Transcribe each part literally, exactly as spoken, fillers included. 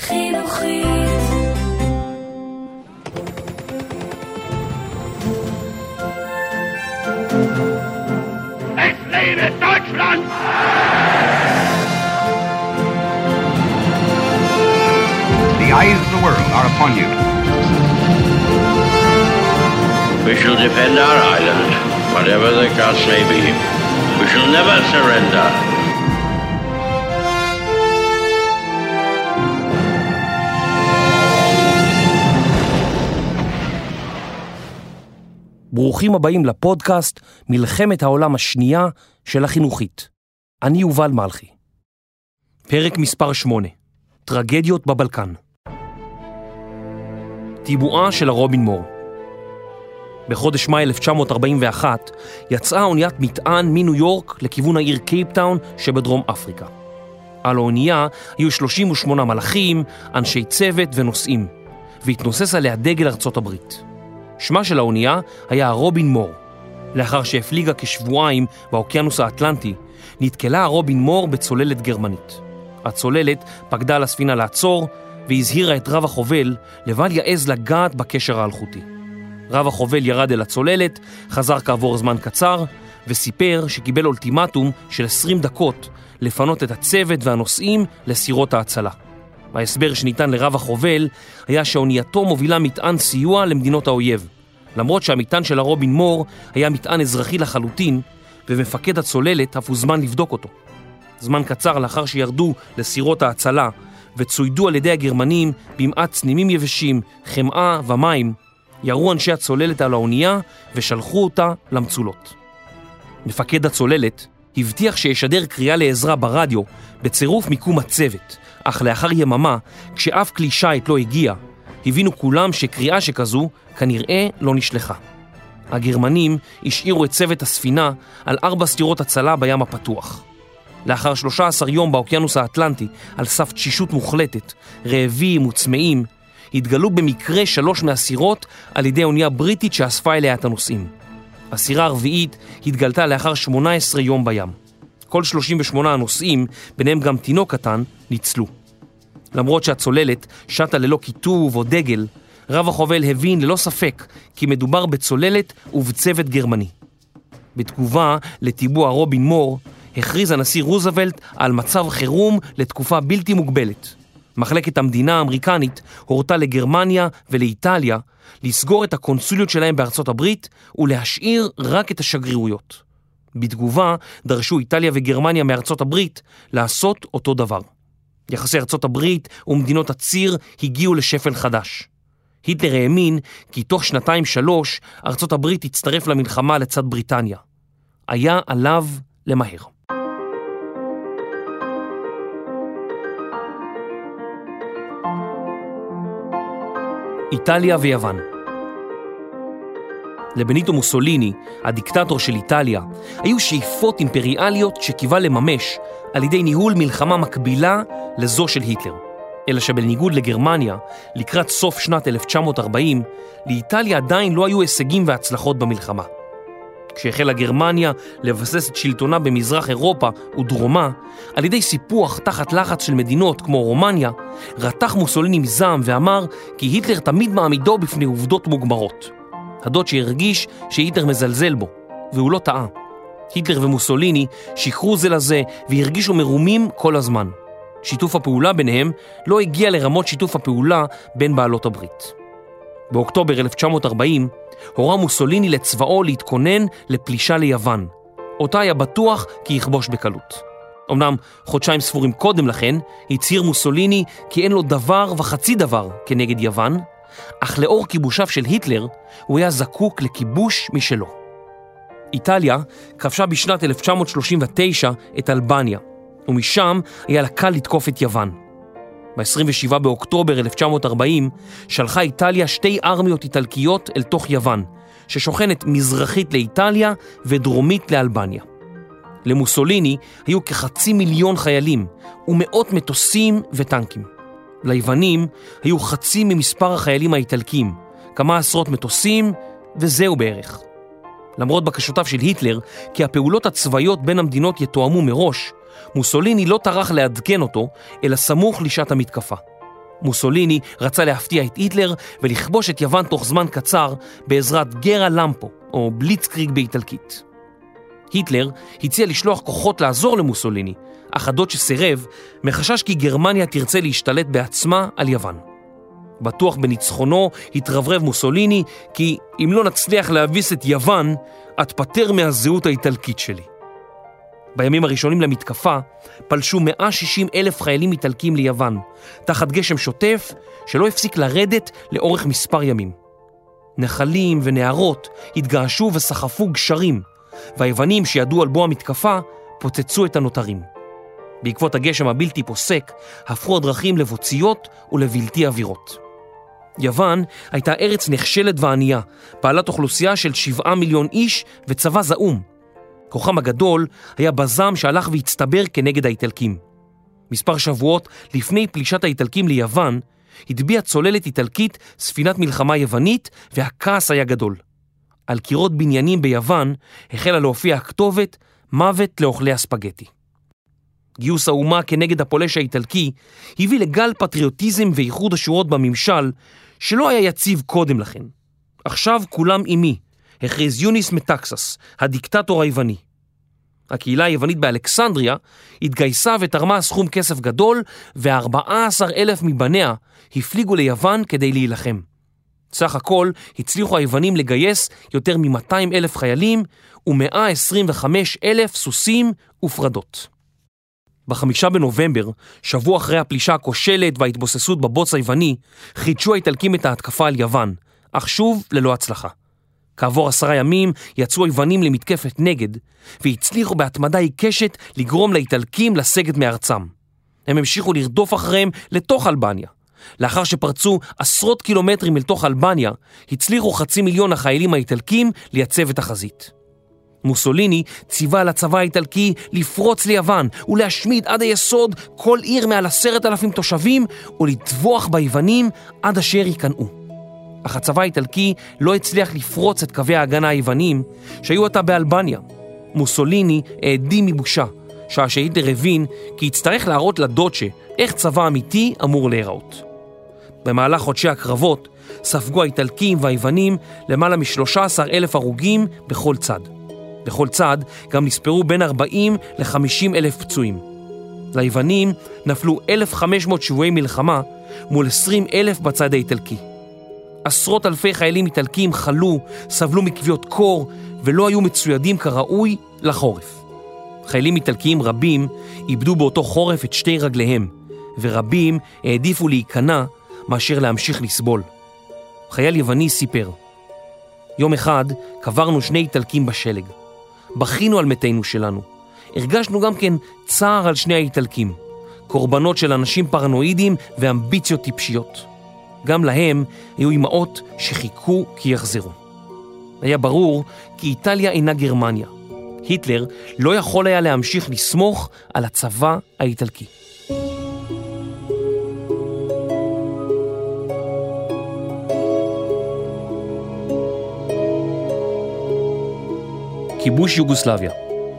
חינוכית. Es lebe Deutschland! The eyes of the world are upon you. We shall defend our island, whatever the cost may be. We shall never surrender. ברוכים הבאים לפודקאסט מלחמת העולם השנייה של החינוכית. אני יובל מלכי. פרק מספר שמונה, טרגדיות בבלקן. טיבועה של הרובין מור. בחודש מאי אלף תשע מאות ארבעים ואחת יצאה אוניית מטען מניו יורק לכיוון העיר קייפטאון שבדרום אפריקה. על האונייה היו שלושים ושמונה מלאכים, אנשי צוות ונוסעים, והתנוסס עליה דגל ארצות הברית. שמה של האונייה היה הרובין מור. לאחר שהפליגה כשבועיים באוקיינוס האטלנטי, נתקלה הרובין מור בצוללת גרמנית. הצוללת פקדה על הספינה לעצור, והזהירה את רב החובל לבל יעז לגעת בקשר האלחוטי. רב החובל ירד אל הצוללת, חזר כעבור זמן קצר, וסיפר שקיבל אולטימטום של עשרים דקות לפנות את הצוות והנוסעים לסירות ההצלה. ההסבר שניתן לרב החובל היה שאונייתו מובילה מטען סיוע למדינות האויב, למרות שהמטען של הרובין מור היה מטען אזרחי לחלוטין, ומפקד הצוללת אף הוזמן לבדוק אותו. זמן קצר לאחר שירדו לסירות ההצלה וצוידו על ידי הגרמנים במעט צנימים יבשים, חמאה ומים, ירו אנשי הצוללת על האונייה ושלחו אותה למצולות. מפקד הצוללת הבטיח שישדר קריאה לעזרה ברדיו בצירוף מיקום הצוות, אך לאחר יממה, כשאף כלי שייט לא הגיע, הבינו כולם שקריאה שכזו כנראה לא נשלחה. הגרמנים השאירו את צוות הספינה על ארבע סטירות הצלה בים הפתוח. לאחר שלושה עשר יום באוקיינוס האטלנטי, על סף תשישות מוחלטת, רעבים וצמאים, התגלו במקרה שלוש מהסירות על ידי אונייה בריטית שאספה אליה את הנוסעים. הסירה הרביעית התגלתה לאחר שמונה עשרה יום בים. כל שלושים ושמונה הנוסעים, ביניהם גם תינוק קטן, ניצלו. למרות שהצוללת שטה ללא כיתוב או דגל, רב החובל הבין ללא ספק כי מדובר בצוללת ובצוות גרמני. בתגובה לטיבוע רובין מור, הכריז הנשיא רוזוולט על מצב חירום לתקופה בלתי מוגבלת. מחלקת המדינה האמריקנית הורתה לגרמניה ולאיטליה לסגור את הקונסוליות שלהם בארצות הברית ולהשאיר רק את השגרירויות. בתגובה דרשו איטליה וגרמניה מארצות הברית לעשות אותו דבר. יחסי ארצות הברית ומדינות הציר הגיעו לשפל חדש. היטלר האמין כי תוך שנתיים שלוש ארצות הברית תצטרף למלחמה לצד בריטניה. היה עליו למהר. איטליה ויוון. לבניטו מוסוליני, הדיקטטור של איטליה, היו שאיפות אימפריאליות שקיווה לממש על ידי ניהול מלחמה מקבילה לזו של היטלר. אלא שבניגוד לגרמניה, לקראת סוף שנת אלף תשע מאות ארבעים, לאיטליה עדיין לא היו הישגים והצלחות במלחמה. כשהחלה גרמניה לבסס את שלטונה במזרח אירופה ודרומה, על ידי סיפוח תחת לחץ של מדינות כמו רומניה, רתח מוסוליני מזעם ואמר כי היטלר תמיד מעמידו בפני עובדות מוגמרות. הדוד שהרגיש שהיטלר מזלזל בו, והוא לא טעה. היטלר ומוסוליני שיקרו זה לזה והרגישו מרומים כל הזמן. שיתוף הפעולה ביניהם לא הגיע לרמות שיתוף הפעולה בין בעלות הברית. באוקטובר אלף תשע מאות ארבעים הורה מוסוליני לצבאו להתכונן לפלישה ליוון. אותה היה בטוח כי יכבוש בקלות. אמנם חודשיים ספורים קודם לכן הצהיר מוסוליני כי אין לו דבר וחצי דבר כנגד יוון, אך לאור כיבושיו של היטלר הוא היה זקוק לכיבוש משלו. איטליה כבשה בשנת אלף תשע מאות שלושים ותשע את אלבניה, ומשם היה לה קל לתקוף את יוון. ב-עשרים ושבעה באוקטובר אלף תשע מאות ארבעים שלחה איטליה שתי ארמיות איטלקיות אל תוך יוון, ששוכנת מזרחית לאיטליה ודרומית לאלבניה. למוסוליני היו כחצי מיליון חיילים ומאות מטוסים וטנקים. ליוונים היו חצי ממספר החיילים האיטלקים, כמה עשרות מטוסים וזהו בערך. למרות בקשותיו של היטלר כי הפעולות הצבאיות בין המדינות יתואמו מראש, מוסוליני לא טרח לעדכן אותו אלא סמוך לשעת המתקפה. מוסוליני רצה להפתיע את היטלר ולכבוש את יוון תוך זמן קצר בעזרת גרה למפו, או בליצקריג באיטלקית. היטלר הציע לשלוח כוחות לעזור למוסוליני, אך הדוצ'ה סירב, מחשש כי גרמניה תרצה להשתלט בעצמה על יוון. בטוח בניצחונו התרברב מוסוליני כי אם לא נצליח להביס את יוון, אתפטר מהזהות האיטלקית שלי. בימים הראשונים למתקפה פלשו מאה ושישים אלף חיילים איטלקים ליוון, תחת גשם שוטף שלא הפסיק לרדת לאורך מספר ימים. נחלים ונערות התגעשו וסחפו גשרים, והיוונים שידעו על בוא המתקפה פוצצו את הנותרים. בעקבות הגשם הבלתי פוסק הפכו הדרכים לבוציות ולבלתי אווירות. יוון הייתה ארץ נחשלת וענייה, בעלת אוכלוסייה של שבעה מיליון איש וצבא זעום. כוחם הגדול היה בזם שהלך והצטבר כנגד האיטלקים. מספר שבועות לפני פלישת האיטלקים ליוון, הדביעה צוללת איטלקית ספינת מלחמה יוונית והכעס היה גדול. על קירות בניינים ביוון החלה להופיע הכתובת מוות לאוכלי הספגטי. גיוס האומה כנגד הפולש האיטלקי הביא לגל פטריוטיזם ואיחוד השורות בממשל שלא היה יציב קודם לכן. עכשיו כולם עימי, הכריז יוניס מטקסס, הדיקטטור היווני. הקהילה היוונית באלכסנדריה התגייסה ותרמה סכום כסף גדול, ו-ארבעה עשר אלף מבניה הפליגו ליוון כדי להילחם. סך הכל הצליחו היוונים לגייס יותר מ-מאתיים אלף חיילים ו-מאה ועשרים וחמישה אלף סוסים ופרדות. בחמישה בנובמבר, שבוע אחרי הפלישה הכושלת וההתבוססות בבוץ היווני, חידשו האיטלקים את ההתקפה על יוון, אך שוב ללא הצלחה. כעבור עשרה ימים יצאו היוונים למתקפת נגד, והצליחו בהתמדה עיקשת לגרום לאיטלקים לסגת מארצם. הם המשיכו לרדוף אחריהם לתוך אלבניה. לאחר שפרצו עשרות קילומטרים אל תוך אלבניה, הצליחו חצי מיליון החיילים האיטלקים לייצב את החזית. מוסוליני ציווה על הצבא האיטלקי לפרוץ ליוון ולהשמיד עד היסוד כל עיר מעל עשרת אלפים תושבים ולטבוח ביוונים עד אשר ייכנעו. אך הצבא האיטלקי לא הצליח לפרוץ את קווי ההגנה היוונים שהיו עתה באלבניה. מוסוליני העדים מבושה, שעה שהיטלר הבין כי יצטרך להראות לדוצ'ה איך צבא אמיתי אמור להיראות. במהלך חודשי הקרבות ספגו האיטלקים והיוונים למעלה מ-שלושה עשר אלף הרוגים בכל צד. בכל צד גם נספרו בין ארבעים ל-חמישים אלף פצועים. ליוונים נפלו אלף וחמש מאות שבויי מלחמה מול עשרים אלף בצד האיטלקי. עשרות אלפי חיילים איטלקים חלו, סבלו מכוויות קור ולא היו מצוידים כראוי לחורף. חיילים איטלקיים רבים איבדו באותו חורף את שתי רגליהם, ורבים העדיפו להיכנע מאשר להמשיך לסבול. חייל יווני סיפר: יום אחד קברנו שני איטלקים בשלג. בכינו על מתינו שלנו. הרגשנו גם כן צער על שני האיטלקים, קורבנות של אנשים פרנואידים ואמביציות טיפשיות. גם להם היו אמהות שחיכו כי יחזרו. היה ברור כי איטליה אינה גרמניה. היטלר לא יכול היה להמשיך לסמוך על הצבא האיטלקי. כיבוש יוגוסלביה.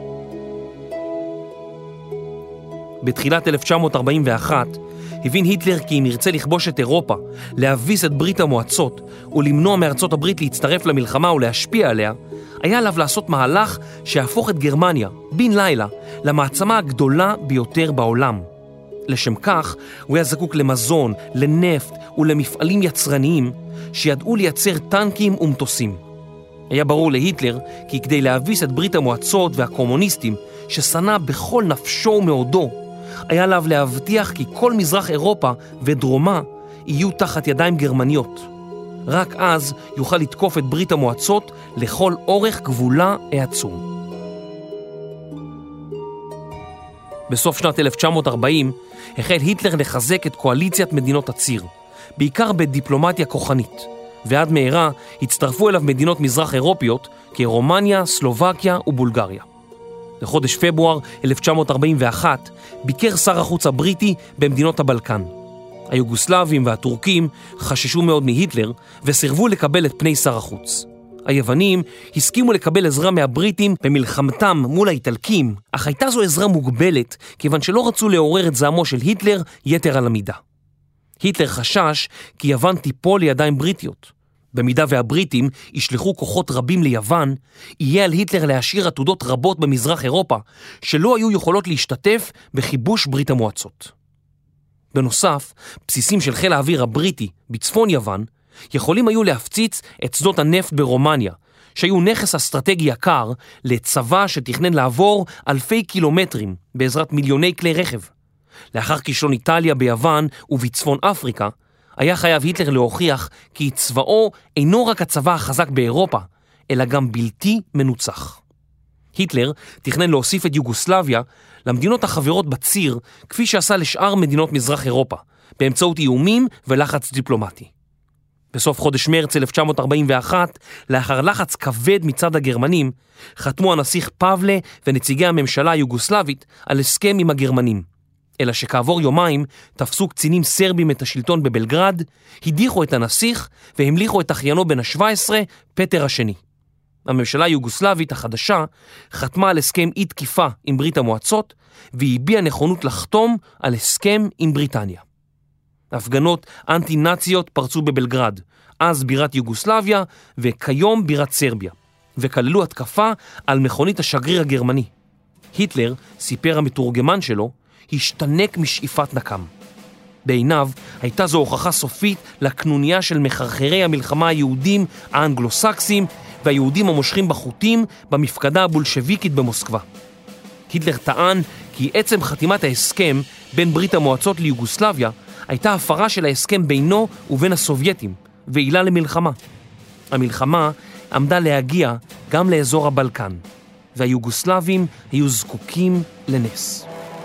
בתחילת אלף תשע מאות ארבעים ואחת הבין היטלר כי אם ירצה לכבוש את אירופה, להביס את ברית המועצות ולמנוע מארצות הברית להצטרף למלחמה ולהשפיע עליה, היה עליו לעשות מהלך שיהפוך את גרמניה, בן לילה, למעצמה הגדולה ביותר בעולם. לשם כך הוא היה זקוק למזון, לנפט ולמפעלים יצרניים שידעו לייצר טנקים ומטוסים. היה ברור להיטלר כי כדי להביס את ברית המועצות והקומוניסטים ששנא בכל נפשו ומאודו, היה עליו להבטיח כי כל מזרח אירופה ודרומה יהיו תחת ידיים גרמניות. רק אז יוכל לתקוף את ברית המועצות לכל אורך גבולה העצום. בסוף שנת אלף תשע מאות ארבעים החל היטלר לחזק את קואליציית מדינות הציר, בעיקר בדיפלומטיה כוחנית, ועד מהרה הצטרפו אליו מדינות מזרח אירופיות כרומניה, סלובקיה ובולגריה. לחודש פברואר אלף תשע מאות ארבעים ואחת ביקר שר החוץ הבריטי במדינות הבלקן. היוגוסלבים והטורקים חששו מאוד מהיטלר וסירבו לקבל את פני שר החוץ. היוונים הסכימו לקבל עזרה מהבריטים במלחמתם מול האיטלקים, אך הייתה זו עזרה מוגבלת כיוון שלא רצו לעורר את זעמו של היטלר יתר על המידה. היטלר חשש כי יוון תיפול לידיים בריטיות. במידה והבריטים ישלחו כוחות רבים ליוון, יהיה על היטלר להשאיר עתודות רבות במזרח אירופה, שלא היו יכולות להשתתף בכיבוש ברית המועצות. בנוסף, בסיסים של חיל האוויר הבריטי בצפון יוון, יכולים היו להפציץ את שדות הנפט ברומניה, שהיו נכס אסטרטגי יקר לצבא שתכנן לעבור אלפי קילומטרים בעזרת מיליוני כלי רכב. לאחר כישלון איטליה ביוון ובצפון אפריקה, היה חייב היטלר להוכיח כי צבאו אינו רק הצבא החזק באירופה, אלא גם בלתי מנוצח. היטלר תכנן להוסיף את יוגוסלביה למדינות החברות בציר, כפי שעשה לשאר מדינות מזרח אירופה, באמצעות איומים ולחץ דיפלומטי. בסוף חודש מרץ אלף תשע מאות ארבעים ואחת, לאחר לחץ כבד מצד הגרמנים, חתמו הנסיך פבלה ונציגי הממשלה היוגוסלבית על הסכם עם הגרמנים. אלא שכעבור יומיים תפסו קצינים סרבים את השלטון בבלגרד, הדיחו את הנסיך והמליכו את אחיינו בן ה-שבע עשרה, פטר השני. הממשלה היוגוסלבית החדשה חתמה על הסכם אי תקיפה עם ברית המועצות, והביעה נכונות לחתום על הסכם עם בריטניה. הפגנות אנטי-נאציות פרצו בבלגרד, אז בירת יוגוסלביה וכיום בירת סרביה, וכללו התקפה על מכונית השגריר הגרמני. היטלר, סיפר המתורגמן שלו, השתנק משאיפת נקם. בעיניו הייתה זו הוכחה סופית לקנוניה של מחרחרי המלחמה היהודים האנגלוסקסים והיהודים המושכים בחוטים במפקדה הבולשביקית במוסקבה. היטלר טען כי עצם חתימת ההסכם בין ברית המועצות ליוגוסלביה הייתה הפרה של ההסכם בינו ובין הסובייטים ועילה למלחמה. המלחמה עמדה להגיע גם לאזור הבלקן, והיוגוסלבים היו זקוקים לנס.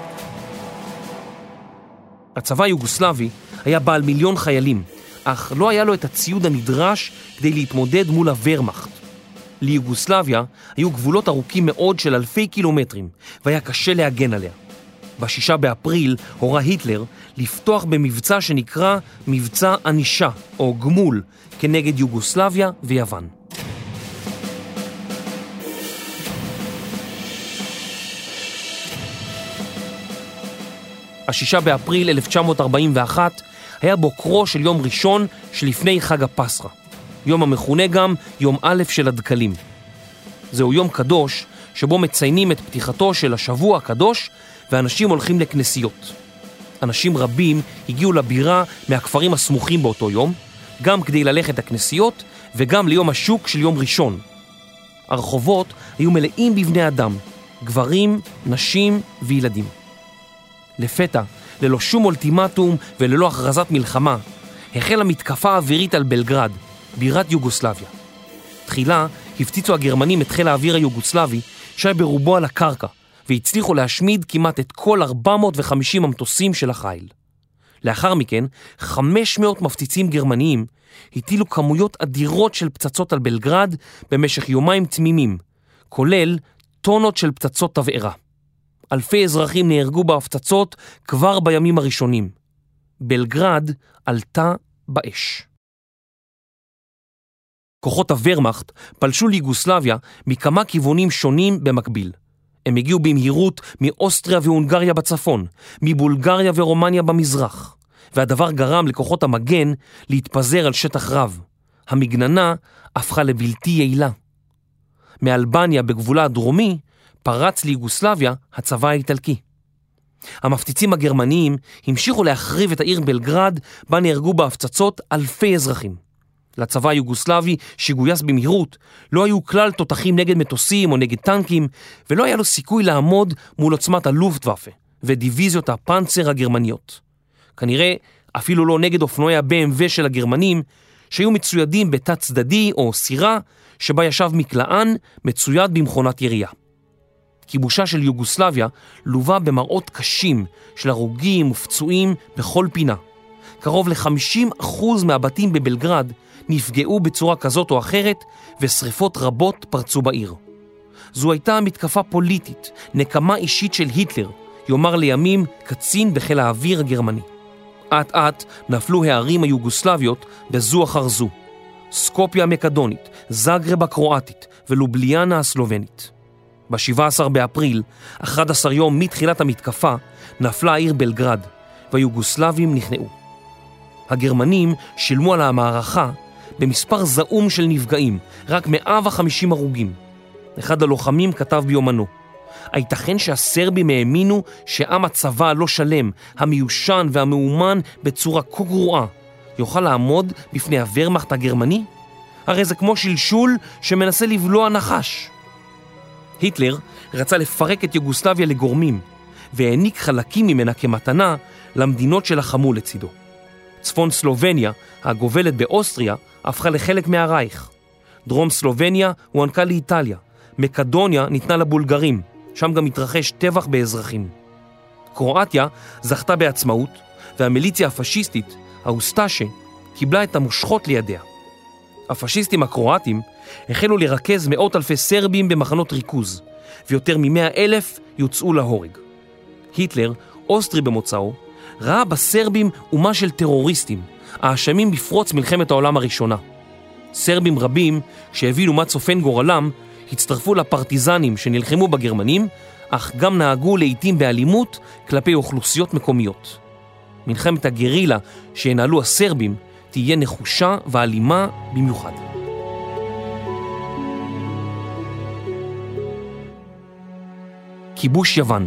הצבא היוגוסלבי היה בעל מיליון חיילים, אך לא היה לו את הציוד הנדרש כדי להתמודד מול הוורמאכט. ליוגוסלביה היו גבולות ארוכים מאוד של אלפי קילומטרים, והיה קשה להגן עליה. בשישה באפריל הורה היטלר לפתוח במבצע שנקרא מבצע אנישה או גמול כנגד יוגוסלביה ויוון. השישה באפריל אלף תשע מאות ארבעים ואחת היה בוקרו של יום ראשון שלפני חג הפסחא, יום המכונה גם יום א' של הדקלים. זהו יום קדוש שבו מציינים את פתיחתו של השבוע הקדוש ואנשים הולכים לכנסיות. אנשים רבים הגיעו לבירה מהכפרים הסמוכים באותו יום, גם כדי ללכת לכנסיות וגם ליום השוק של יום ראשון. הרחובות היו מלאים בבני אדם, גברים, נשים וילדים. לפתע, ללא שום אולטימטום וללא הכרזת מלחמה, החלה מתקפה אווירית על בלגרד, בירת יוגוסלביה. תחילה הפציצו הגרמנים את חיל האוויר היוגוסלבי שהיה ברובו על הקרקע, והצליחו להשמיד כמעט את כל ארבע מאות וחמישים המטוסים של החיל. לאחר מכן, חמש מאות מפציצים גרמניים הטילו כמויות אדירות של פצצות על בלגרד במשך יומיים תמימים, כולל טונות של פצצות תבערה. אלפי אזרחים נהרגו בהפצצות כבר בימים הראשונים. בלגרד עלתה באש. כוחות הוורמאכט פלשו ליוגוסלביה מכמה כיוונים שונים במקביל. הם הגיעו במהירות מאוסטריה והונגריה בצפון, מבולגריה ורומניה במזרח, והדבר גרם לכוחות המגן להתפזר על שטח רב. המגננה הפכה לבלתי יעילה. מאלבניה בגבולה הדרומי פרץ ליוגוסלביה הצבא האיטלקי. המפציצים הגרמניים המשיכו להחריב את העיר בלגרד, בה נהרגו בהפצצות אלפי אזרחים. לצבא היוגוסלבי שגויס במהירות לא היו כלל תותחים נגד מטוסים או נגד טנקים, ולא היה לו סיכוי לעמוד מול עוצמת הלופטוואפה ודיוויזיות הפנצר הגרמניות. כנראה אפילו לא נגד אופנועי ה-בי אם דאבליו של הגרמנים, שהיו מצוידים בתת צדדי או סירה שבה ישב מקלען מצויד במכונת ירייה. כיבושה של יוגוסלביה לווה במראות קשים של הרוגים ופצועים בכל פינה. קרוב ל-חמישים אחוז מהבתים בבלגרד נפגעו בצורה כזאת או אחרת, ושריפות רבות פרצו בעיר. זו הייתה מתקפה פוליטית, נקמה אישית של היטלר, יאמר לימים קצין בחיל האוויר הגרמני. עט עט נפלו הערים היוגוסלביות בזו אחר זו. סקופיה המקדונית, זאגרב הקרואטית ולובליאנה הסלובנית. ב-שבעה עשר באפריל, אחד עשר יום מתחילת המתקפה, נפלה העיר בלגרד, והיוגוסלבים נכנעו. הגרמנים שילמו על המערכה במספר זעום של נפגעים, רק מאה וחמישים הרוגים. אחד הלוחמים כתב ביומנו, הייתכן שהסרבים האמינו שעם הצבא לא שלם, המיושן והמאומן בצורה כה גרועה, יוכל לעמוד בפני הוורמאכט הגרמני? הרי זה כמו שלשול שמנסה לבלוע נחש. היטלר רצה לפרק את יוגוסלביה לגורמים, והעניק חלקים ממנה כמתנה למדינות שלחמו לצידו. צפון סלובניה, הגובלת באוסטריה, הפכה לחלק מהרייך. דרום סלובניה הוענקה לאיטליה. מקדוניה ניתנה לבולגרים, שם גם התרחש טבח באזרחים. קרואטיה זכתה בעצמאות, והמיליציה הפשיסטית, האוסטאשה, קיבלה את המושכות לידיה. הפשיסטים הקרואטים החלו לרכז מאות אלפי סרבים במחנות ריכוז, ויותר ממאה אלף יוצאו להורג. היטלר, אוסטרי במוצאו, ראה בסרבים אומה של טרוריסטים, האשמים בפרוץ מלחמת העולם הראשונה. סרבים רבים, שהבינו מה צופן גורלם, הצטרפו לפרטיזנים שנלחמו בגרמנים, אך גם נהגו לעתים באלימות כלפי אוכלוסיות מקומיות. מלחמת הגרילה שהנהלו הסרבים תהיה נחושה ואלימה במיוחד. כיבוש יוון.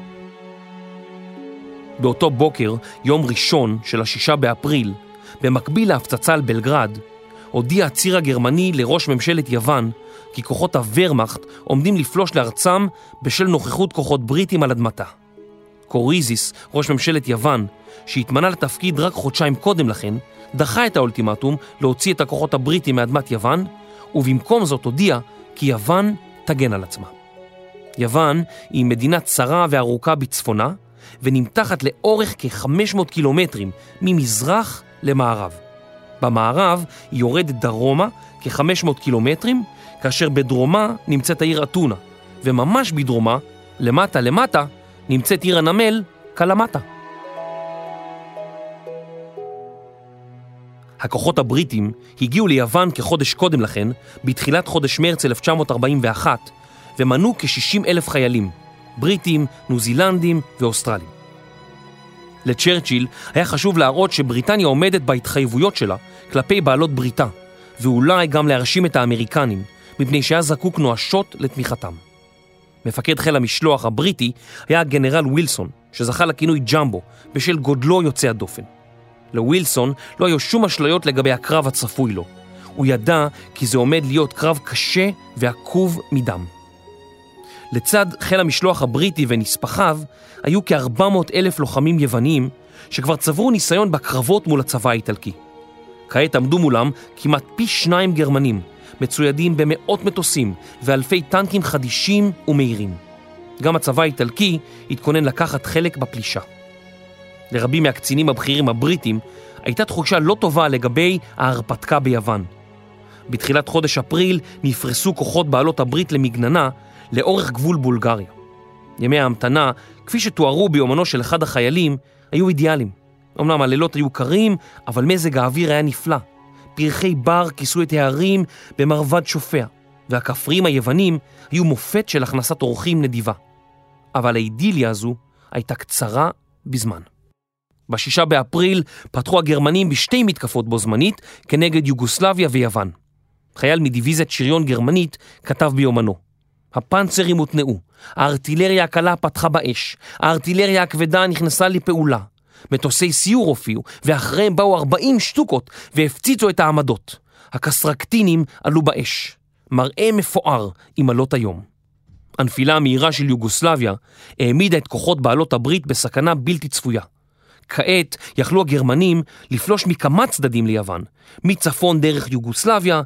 באותו בוקר, יום ראשון של השישה באפריל, במקביל להפצצה על בלגרד, הודיע הציר הגרמני לראש ממשלת יוון כי כוחות הוורמאכט עומדים לפלוש לארצם בשל נוכחות כוחות בריטים על אדמתה. קוריזיס, ראש ממשלת יוון, שהתמנה לתפקיד רק חודשיים קודם לכן, דחה את האולטימטום להוציא את הכוחות הבריטים מאדמת יוון, ובמקום זאת הודיע כי יוון תגן על עצמה. יוון היא מדינה צרה וארוכה בצפונה, ונמתחת לאורך כ-חמש מאות קילומטרים ממזרח למערב. במערב היא יורדת דרומה כ-חמש מאות קילומטרים, כאשר בדרומה נמצאת העיר אתונה, וממש בדרומה, למטה למטה, נמצאת עיר הנמל קלמטה. הכוחות הבריטים הגיעו ליוון כחודש קודם לכן, בתחילת חודש מרץ אלף תשע מאות ארבעים ואחת, ומנו כ-שישים אלף חיילים, בריטים, ניו-זילנדים ואוסטרלים. לצ'רצ'יל היה חשוב להראות שבריטניה עומדת בהתחייבויות שלה כלפי בעלות בריתה, ואולי גם להרשים את האמריקנים, מפני שהיה זקוק נואשות לתמיכתם. מפקד חיל המשלוח הבריטי היה הגנרל ווילסון, שזכה לכינוי ג'מבו, בשל גודלו יוצא הדופן. לווילסון לא היו שום אשליות לגבי הקרב הצפוי לו. הוא ידע כי זה עומד להיות קרב קשה ועקוב מדם. לצד חיל המשלוח הבריטי ונספחיו, היו כ-ארבע מאות אלף לוחמים יווניים שכבר צברו ניסיון בקרבות מול הצבא האיטלקי. כעת עמדו מולם כמעט פי שניים גרמנים, מצוידים במאות מטוסים ואלפי טנקים חדישים ומהירים. גם הצבא האיטלקי התכונן לקחת חלק בפלישה. לרבים מהקצינים הבכירים הבריטים הייתה תחושה לא טובה לגבי ההרפתקה ביוון. בתחילת חודש אפריל נפרסו כוחות בעלות הברית למגננה לאורך גבול בולגריה. ימי ההמתנה, כפי שתוארו ביומנו של אחד החיילים, היו אידיאליים. אמנם הלילות היו קרים, אבל מזג האוויר היה נפלא. פרחי בר כיסו את הערים במרבד שופע, והכפריים היוונים היו מופת של הכנסת אורחים נדיבה. אבל האידיליה הזו הייתה קצרה בזמן. בשישה באפריל פתחו הגרמנים בשתי מתקפות בו זמנית כנגד יוגוסלביה ויוון. חייל מדיוויזיית שריון גרמנית כתב ביומנו, הפנצרים הותנעו, הארטילריה הקלה פתחה באש, הארטילריה הכבדה נכנסה לפעולה, מטוסי סיור הופיעו, ואחריהם באו ארבעים שטוקות והפציצו את העמדות. הקסרקטינים עלו באש, מראה מפואר עם עלות היום. הנפילה המהירה של יוגוסלביה העמידה את כוחות בעלות הברית בסכנה בלתי צפויה. כעת יכלו הגרמנים לפלוש מכמה צדדים ליוון, מצפון דרך יוגוסלביה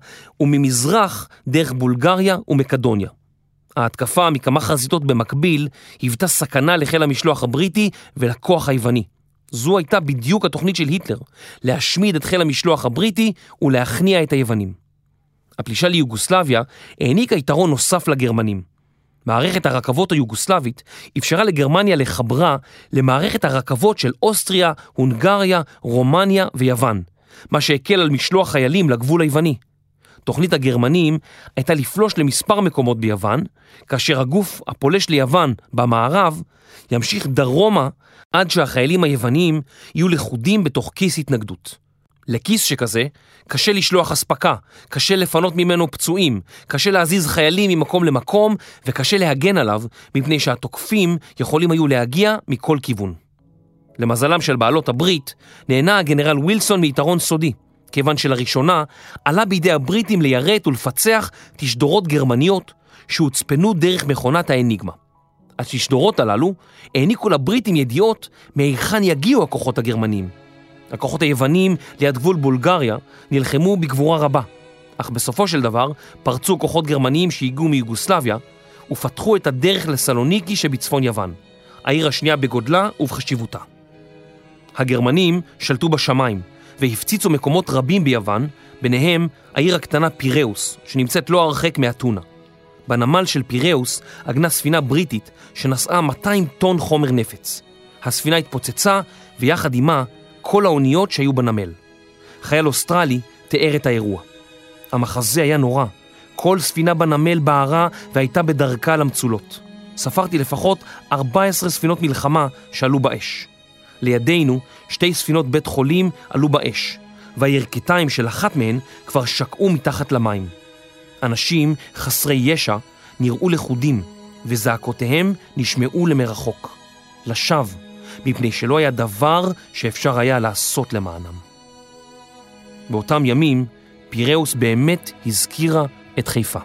וממזרח דרך בולגריה ומקדוניה. ההתקפה מכמה חזיתות במקביל היוותה סכנה לחיל המשלוח הבריטי ולכוח היווני. זו הייתה בדיוק התוכנית של היטלר, להשמיד את חיל המשלוח הבריטי ולהכניע את היוונים. הפלישה ליוגוסלביה העניקה יתרון נוסף לגרמנים. מערכת הרכבות היוגוסלבית אפשרה לגרמניה לחברה למערכת הרכבות של אוסטריה, הונגריה, רומניה ויוון, מה שהקל על משלוח חיילים לגבול היווני. תוכנית הגרמנים הייתה לפלוש למספר מקומות ביוון, כאשר הגוף הפולש ליוון במערב ימשיך דרומה עד שהחיילים היוונים יהיו לחודים בתוך כיס התנגדות. לכיס שכזה קשה לשלוח הספקה, קשה לפנות ממנו פצועים, קשה להזיז חיילים ממקום למקום, וקשה להגן עליו מפני שהתוקפים יכולים היו להגיע מכל כיוון. למזלם של בעלות הברית, נהנה הגנרל ווילסון מיתרון סודי, כיוון שלראשונה עלה בידי הבריטים ליירט ולפצח תשדורות גרמניות שהוצפנו דרך מכונת האניגמה. התשדורות הללו העניקו לבריטים ידיעות מהיכן יגיעו הכוחות הגרמנים. הכוחות היוונים ליד גבול בולגריה נלחמו בגבורה רבה, אך בסופו של דבר פרצו כוחות גרמניים שהגיעו מיוגוסלביה ופתחו את הדרך לסלוניקי שבצפון יוון, העיר השנייה בגודלה ובחשיבותה. הגרמנים שלטו בשמיים והפציצו מקומות רבים ביוון, ביניהם העיר הקטנה פיראוס, שנמצאת לא הרחק מאתונה. בנמל של פיראוס עגנה ספינה בריטית שנשאה מאתיים טון חומר נפץ. הספינה התפוצצה ויחד עימה כל האוניות שהיו בנמל. חייל אוסטרלי תיאר את האירוע. המחזה היה נורא. כל ספינה בנמל בערה והייתה בדרכה למצולות. ספרתי לפחות ארבע עשרה ספינות מלחמה שעלו באש. לידינו שתי ספינות בית חולים עלו באש, והירכתיים של אחת מהן כבר שקעו מתחת למים. אנשים חסרי ישע נראו לחודים, וזעקותיהם נשמעו למרחוק. לשווא, מפני שלא היה דבר שאפשר היה לעשות למענם. באותם ימים, פיראוס באמת הזכירה את חיפה.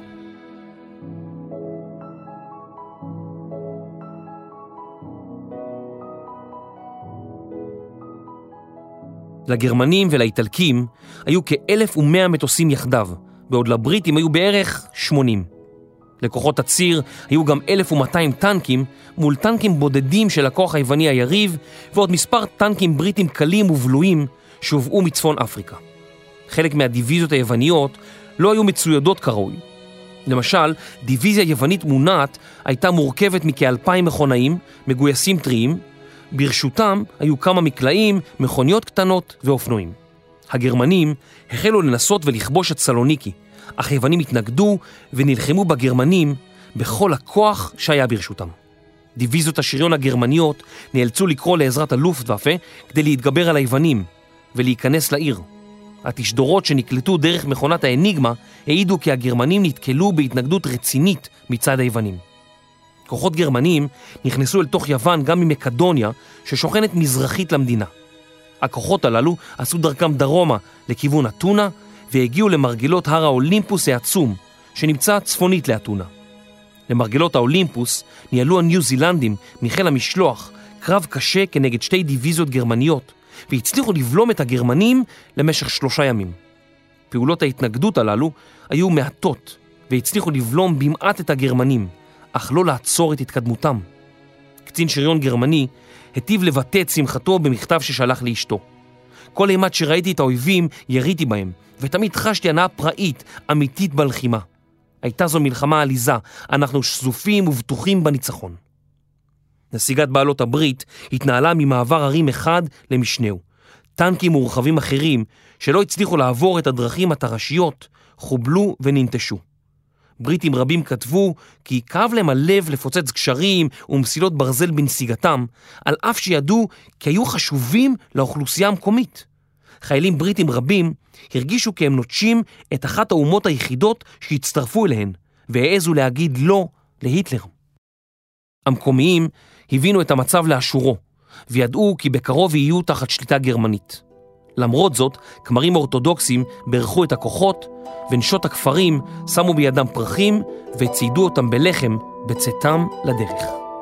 לגרמנים ולאיטלקים היו כאלף ומאה מטוסים יחדיו, בעוד לבריטים היו בערך שמונים. לכוחות הציר היו גם אלף ומאתיים טנקים מול טנקים בודדים של הכוח היווני היריב, ועוד מספר טנקים בריטים קלים ובלויים שהובאו מצפון אפריקה. חלק מהדיוויזיות היווניות לא היו מצוידות כראוי. למשל, דיוויזיה יוונית מונעת הייתה מורכבת מכאלפיים מכונאים, מגויסים טריים, ברשותם היו כמה מקלעים, מכוניות קטנות ואופנועים. הגרמנים החלו לנסות ולכבוש את סלוניקי, אך היוונים התנגדו ונלחמו בגרמנים בכל הכוח שהיה ברשותם. דיוויזיות השריון הגרמניות נאלצו לקרוא לעזרת הלופטוואפה כדי להתגבר על היוונים ולהיכנס לעיר. התשדורות שנקלטו דרך מכונת האניגמה העידו כי הגרמנים נתקלו בהתנגדות רצינית מצד היוונים. כוחות גרמנים נכנסו אל תוך יוון גם ממקדוניה ששוכנת מזרחית למדינה. הכוחות הללו עשו דרכם דרומה לכיוון אתונה והגיעו למרגלות הר האולימפוס העצום שנמצא צפונית לאתונה. למרגלות האולימפוס ניהלו הניו זילנדים מחיל המשלוח קרב קשה כנגד שתי דיוויזיות גרמניות והצליחו לבלום את הגרמנים למשך שלושה ימים. פעולות ההתנגדות הללו היו מעטות והצליחו לבלום במעט את הגרמנים, אך לא לעצור את התקדמותם. קצין שריון גרמני היטיב לבטא את שמחתו במכתב ששלח לאשתו. כל אימת שראיתי את האויבים יריתי בהם, ותמיד חשתי הנאה פראית, אמיתית בלחימה. הייתה זו מלחמה עליזה, אנחנו שזופים ובטוחים בניצחון. נסיגת בעלות הברית התנהלה ממעבר הרים אחד למשנהו. טנקים מורחבים אחרים שלא הצליחו לעבור את הדרכים התרשיות, חובלו וננטשו. בריטים רבים כתבו כי כאב להם הלב לפוצץ גשרים ומסילות ברזל בנסיגתם, על אף שידעו כי היו חשובים לאוכלוסייה המקומית. חיילים בריטים רבים הרגישו כי הם נוטשים את אחת האומות היחידות שהצטרפו אליהן, והעזו להגיד לא להיטלר. המקומיים הבינו את המצב לאשורו, וידעו כי בקרוב יהיו תחת שליטה גרמנית. למרות זאת, כמרים אורתודוקסים ברכו את הכוחות, ונשות הכפרים שמו בידם פרחים וציידו אותם בלחם בצאתם לדרך.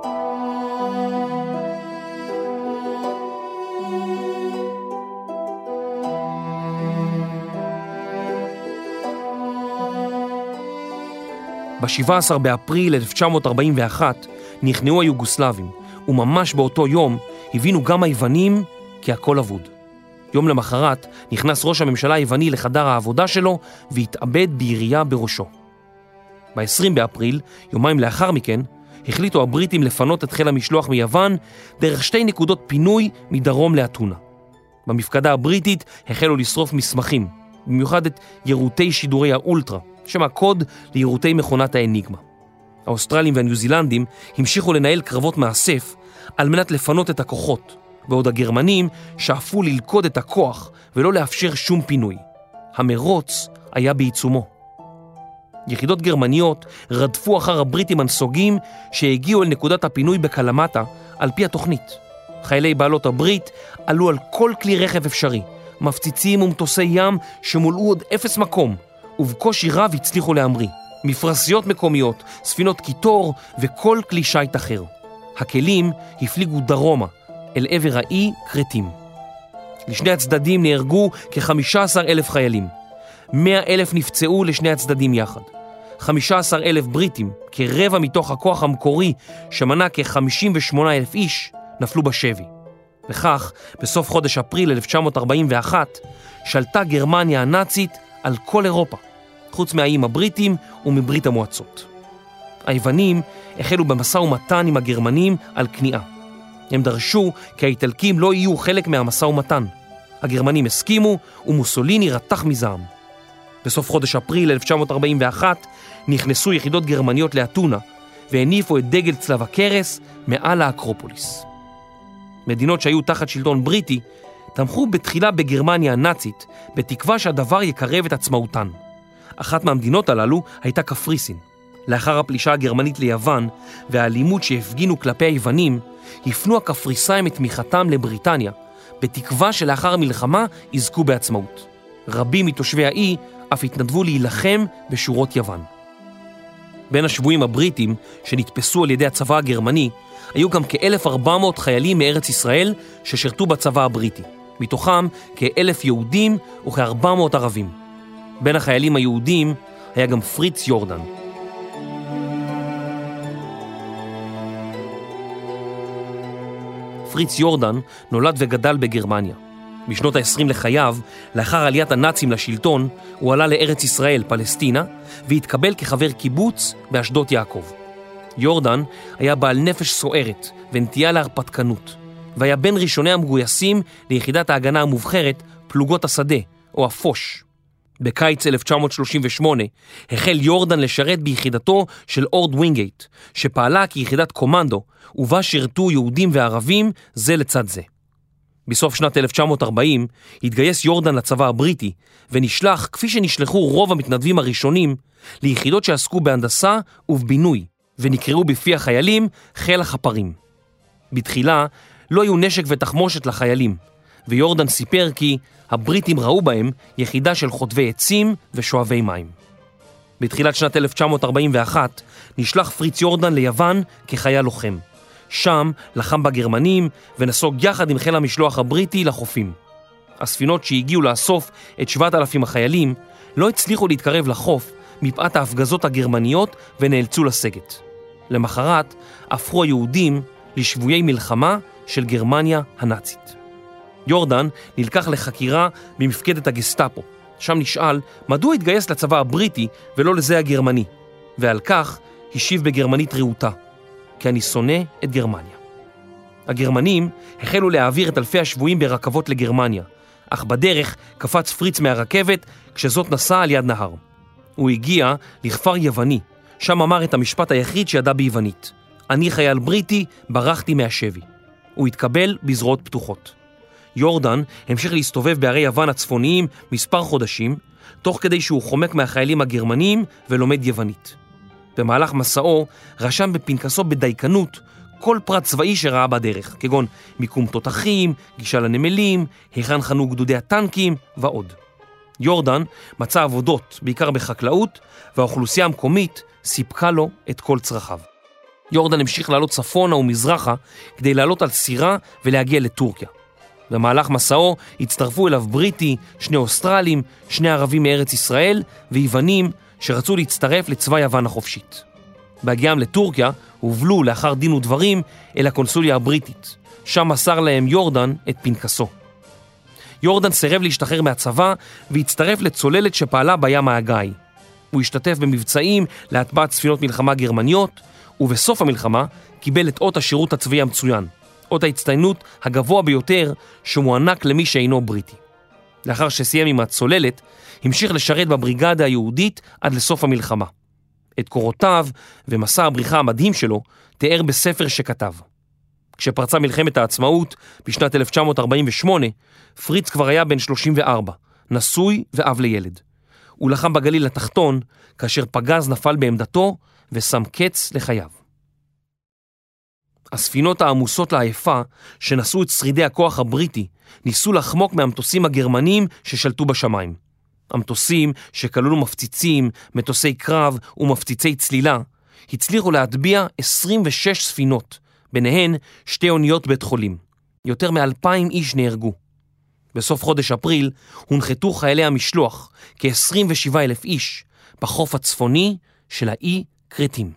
ב-שבעה עשר באפריל אלף תשע מאות ארבעים ואחת נכנעו היוגוסלבים, וממש באותו יום הבינו גם היוונים כי הכל אבוד. יום למחרת נכנס ראש הממשלה היווני לחדר העבודה שלו והתאבד בירייה בראשו. ב-עשרים באפריל, יומיים לאחר מכן, החליטו הבריטים לפנות את חיל המשלוח מיוון דרך שתי נקודות פינוי מדרום לאתונה. במפקדה הבריטית החלו לשרוף מסמכים, במיוחד את יירוטי שידורי האולטרה, שם הקוד ליירוטי מכונת האניגמה. האוסטרלים והניו זילנדים המשיכו לנהל קרבות מאסף, על מנת לפנות את הכוחות, בעוד הגרמנים שאפו ללכוד את הכוח ולא לאפשר שום פינוי. המרוץ היה בעיצומו. יחידות גרמניות רדפו אחר הבריטים הנסוגים שהגיעו אל נקודת הפינוי בקלמטה על פי התוכנית. חיילי בעלות הברית עלו על כל כלי רכב אפשרי, מפציצים ומטוסי ים שמולאו עוד אפס מקום, ובקושי רב הצליחו להמריא. מפרסיות מקומיות, ספינות קיטור וכל כלי שייט אחר. הכלים הפליגו דרומה, אל עבר האי קרטים. לשני הצדדים נהרגו כ-חמישה עשר אלף חיילים. מאה אלף נפצעו לשני הצדדים יחד. חמישה עשר אלף בריטים, כרבע מתוך הכוח המקורי שמנה כ-חמישים ושמונה אלף איש, נפלו בשבי. וכך, בסוף חודש אפריל אלף תשע מאות ארבעים ואחת, שלטה גרמניה הנאצית על כל אירופה, חוץ מהאיים הבריטים ומברית המועצות. היוונים החלו במשא ומתן עם הגרמנים על כניעה. הם דרשו כי האיטלקים לא יהיו חלק מהמשא ומתן. הגרמנים הסכימו ומוסוליני רתח מזעם. בסוף חודש אפריל אלף תשע מאות ארבעים ואחת נכנסו יחידות גרמניות לאתונה והניפו את דגל צלב הקרס מעל האקרופוליס. מדינות שהיו תחת שלטון בריטי תמכו בתחילה בגרמניה הנאצית בתקווה שהדבר יקרב את עצמאותן. אחת מהמדינות הללו הייתה קפריסין. לאחר הפלישה הגרמנית ליוון והאלימות שהפגינו כלפי היוונים, הפנו הקפריסאים את תמיכתם לבריטניה, בתקווה שלאחר המלחמה יזכו בעצמאות. רבים מתושבי האי אף התנדבו להילחם בשורות יוון. בין השבויים הבריטים שנתפסו על ידי הצבא הגרמני, היו גם כ-אלף וארבע מאות חיילים מארץ ישראל ששרתו בצבא הבריטי, מתוכם כ-אלף יהודים וכ-ארבע מאות ערבים. בין החיילים היהודים היה גם פריץ יורדן. פריץ יורדן נולד וגדל בגרמניה. בשנות ה-עשרים לחייו, לאחר עליית הנאצים לשלטון, הוא עלה לארץ ישראל, פלסטינה, והתקבל כחבר קיבוץ באשדות יעקב. יורדן היה בעל נפש סוערת ונטייה להרפתקנות, והיה בין ראשוני המגויסים ליחידת ההגנה המובחרת פלוגות השדה, או הפוש. בקיץ אלף תשע מאות שלושים ושמונה החל יורדן לשרת ביחידתו של אורד וינגייט, שפעלה כיחידת קומנדו, ובה שירתו יהודים וערבים זה לצד זה. בסוף שנת אלף תשע מאות ארבעים התגייס יורדן לצבא הבריטי, ונשלח, כפי שנשלחו רוב המתנדבים הראשונים, ליחידות שעסקו בהנדסה ובבינוי, ונקראו בפי החיילים חיל החפרים. בתחילה לא היו נשק ותחמושת לחיילים, ויורדן סיפר כי הבריטים ראו בהם יחידה של חוטבי עצים ושואבי מים. בתחילת שנת אלף תשע מאות ארבעים ואחת נשלח פריץ יורדן ליוון כחייל לוחם. שם לחם בגרמנים ונסוג יחד עם חיל המשלוח הבריטי לחופים. הספינות שהגיעו לאסוף את שבעת אלפים החיילים לא הצליחו להתקרב לחוף מפאת ההפגזות הגרמניות ונאלצו לסגת. למחרת הפכו היהודים לשבויי מלחמה של גרמניה הנאצית. יורדן נלקח לחקירה במפקדת הגסטאפו. שם נשאל מדוע התגייס לצבא הבריטי ולא לזה הגרמני, ועל כך השיב בגרמנית רהוטה, כי אני שונא את גרמניה. הגרמנים החלו להעביר את אלפי השבויים ברכבות לגרמניה, אך בדרך קפץ פריץ מהרכבת כשזאת נסעה על יד נהר. הוא הגיע לכפר יווני, שם אמר את המשפט היחיד שידע ביוונית: אני חייל בריטי, ברחתי מהשבי. הוא התקבל בזרועות פתוחות. יורדן המשיך להסתובב בערי יוון הצפוניים מספר חודשים, תוך כדי שהוא חומק מהחיילים הגרמנים ולומד יוונית. במהלך מסעו רשם בפנקסו בדייקנות כל פרט צבאי שראה בדרך, כגון מיקום תותחים, גישה לנמלים, היכן חנו גדודי הטנקים ועוד. יורדן מצא עבודות, בעיקר בחקלאות, והאוכלוסייה המקומית סיפקה לו את כל צרכיו. יורדן המשיך לעלות צפונה ומזרחה כדי לעלות על סירה ולהגיע לטורקיה. במהלך מסעו הצטרפו אליו בריטי, שני אוסטרלים, שני ערבים מארץ ישראל ויוונים שרצו להצטרף לצבא יוון החופשית. בהגיעם לטורקיה הובלו לאחר דין ודברים אל הקונסוליה הבריטית. שם מסר להם יורדן את פנקסו. יורדן סירב להשתחרר מהצבא והצטרף לצוללת שפעלה בים האגאי. הוא השתתף במבצעים להטבעת ספינות מלחמה גרמניות, ובסוף המלחמה קיבל את אות השירות הצבאי המצוין, אות ההצטיינות הגבוה ביותר שמוענק למי שאינו בריטי. לאחר שסיים עם הצוללת, המשיך לשרת בבריגדה היהודית עד לסוף המלחמה. את קורותיו ומסע הבריחה המדהים שלו תיאר בספר שכתב. כשפרצה מלחמת העצמאות בשנת אלף תשע מאות ארבעים ושמונה, פריץ כבר היה בן שלושים וארבע, נשוי ואב לילד. הוא לחם בגליל התחתון, כאשר פגז נפל בעמדתו ושם קץ לחייו. הספינות העמוסות לעייפה, שנשאו את שרידי הכוח הבריטי, ניסו לחמוק מהמטוסים הגרמנים ששלטו בשמיים. המטוסים שכללו מפציצים, מטוסי קרב ומפציצי צלילה, הצליחו להטביע עשרים ושש ספינות, ביניהן שתי אוניות בית חולים. יותר מאלפיים איש נהרגו. בסוף חודש אפריל הונחתו חיילי המשלוח, כ-עשרים ושבעה אלף איש, בחוף הצפוני של האי קרטים.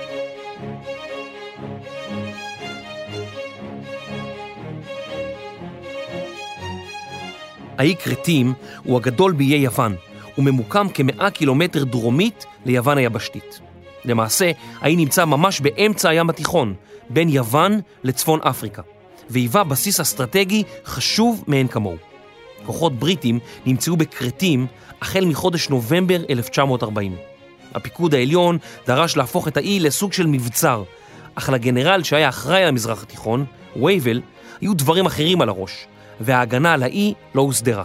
האי קרטים הוא הגדול באיי יוון, וממוקם כמאה קילומטר דרומית ליוון היבשתית. למעשה, האי נמצא ממש באמצע הים התיכון, בין יוון לצפון אפריקה, והיווה בסיס אסטרטגי חשוב מאין כמוהו. כוחות בריטים נמצאו בקרטים החל מחודש נובמבר אלף תשע מאות ארבעים. הפיקוד העליון דרש להפוך את האי לסוג של מבצר, אך לגנרל שהיה אחראי למזרח התיכון, וייבל, היו דברים אחרים על הראש, וההגנה על האי לא הוסדרה.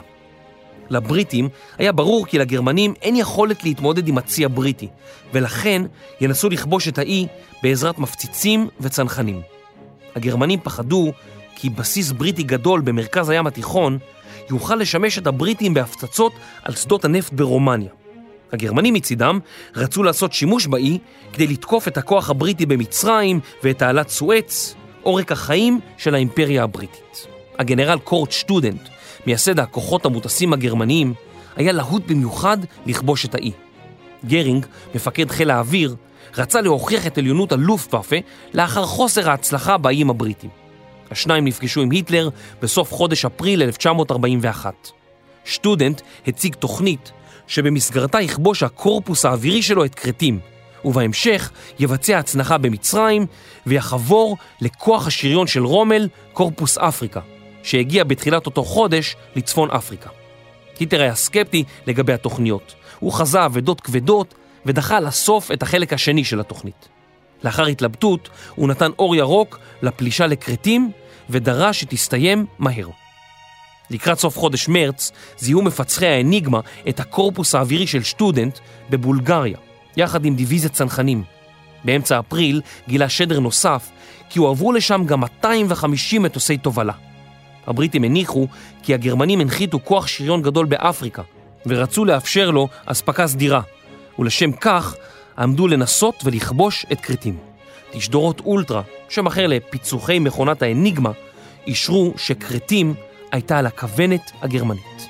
לבריטים היה ברור כי לגרמנים אין יכולת להתמודד עם הצי הבריטי, ולכן ינסו לכבוש את האי בעזרת מפציצים וצנחנים. הגרמנים פחדו כי בסיס בריטי גדול במרכז הים התיכון יוכל לשמש את הבריטים בהפצצות על שדות הנפט ברומניה. הגרמנים מצידם רצו לעשות שימוש באי כדי לתקוף את הכוח הבריטי במצרים ואת תעלת סואץ, עורק החיים של האימפריה הבריטית. הגנרל קורט שטודנט, מייסד הכוחות המוטסים הגרמניים, היה להוט במיוחד לכבוש את האי. גרינג, מפקד חיל האוויר, רצה להוכיח את עליונות הלופטוואפה לאחר חוסר ההצלחה באיים הבריטים. השניים נפגשו עם היטלר בסוף חודש אפריל אלף תשע מאות ארבעים ואחת. שטודנט הציג תוכנית שבמסגרתה יכבוש הקורפוס האווירי שלו את קרטים, ובהמשך יבצע הצנחה במצרים ויחבור לכוח השריון של רומל, קורפוס אפריקה, שהגיע בתחילת אותו חודש לצפון אפריקה. היטלר היה סקפטי לגבי התוכניות. הוא חזה עבודות כבדות ודחה לסוף את החלק השני של התוכנית. לאחר התלבטות הוא נתן אור ירוק לפלישה לקרטים ודרש שתסתיים מהר. לקראת סוף חודש מרץ זיהו מפצחי האניגמה את הקורפוס האווירי של שטודנט בבולגריה, יחד עם דיוויזיית צנחנים. באמצע אפריל גילה שדר נוסף כי הועברו לשם גם מאתיים וחמישים מטוסי תובלה. הבריטים הניחו כי הגרמנים הנחיתו כוח שריון גדול באפריקה ורצו לאפשר לו אספקה סדירה, ולשם כך עמדו לנסות ולכבוש את קרטים. תשדורות אולטרה, שמחר לפיצוחי מכונת האניגמה, אישרו שקרטים הייתה על הכוונת הגרמנית.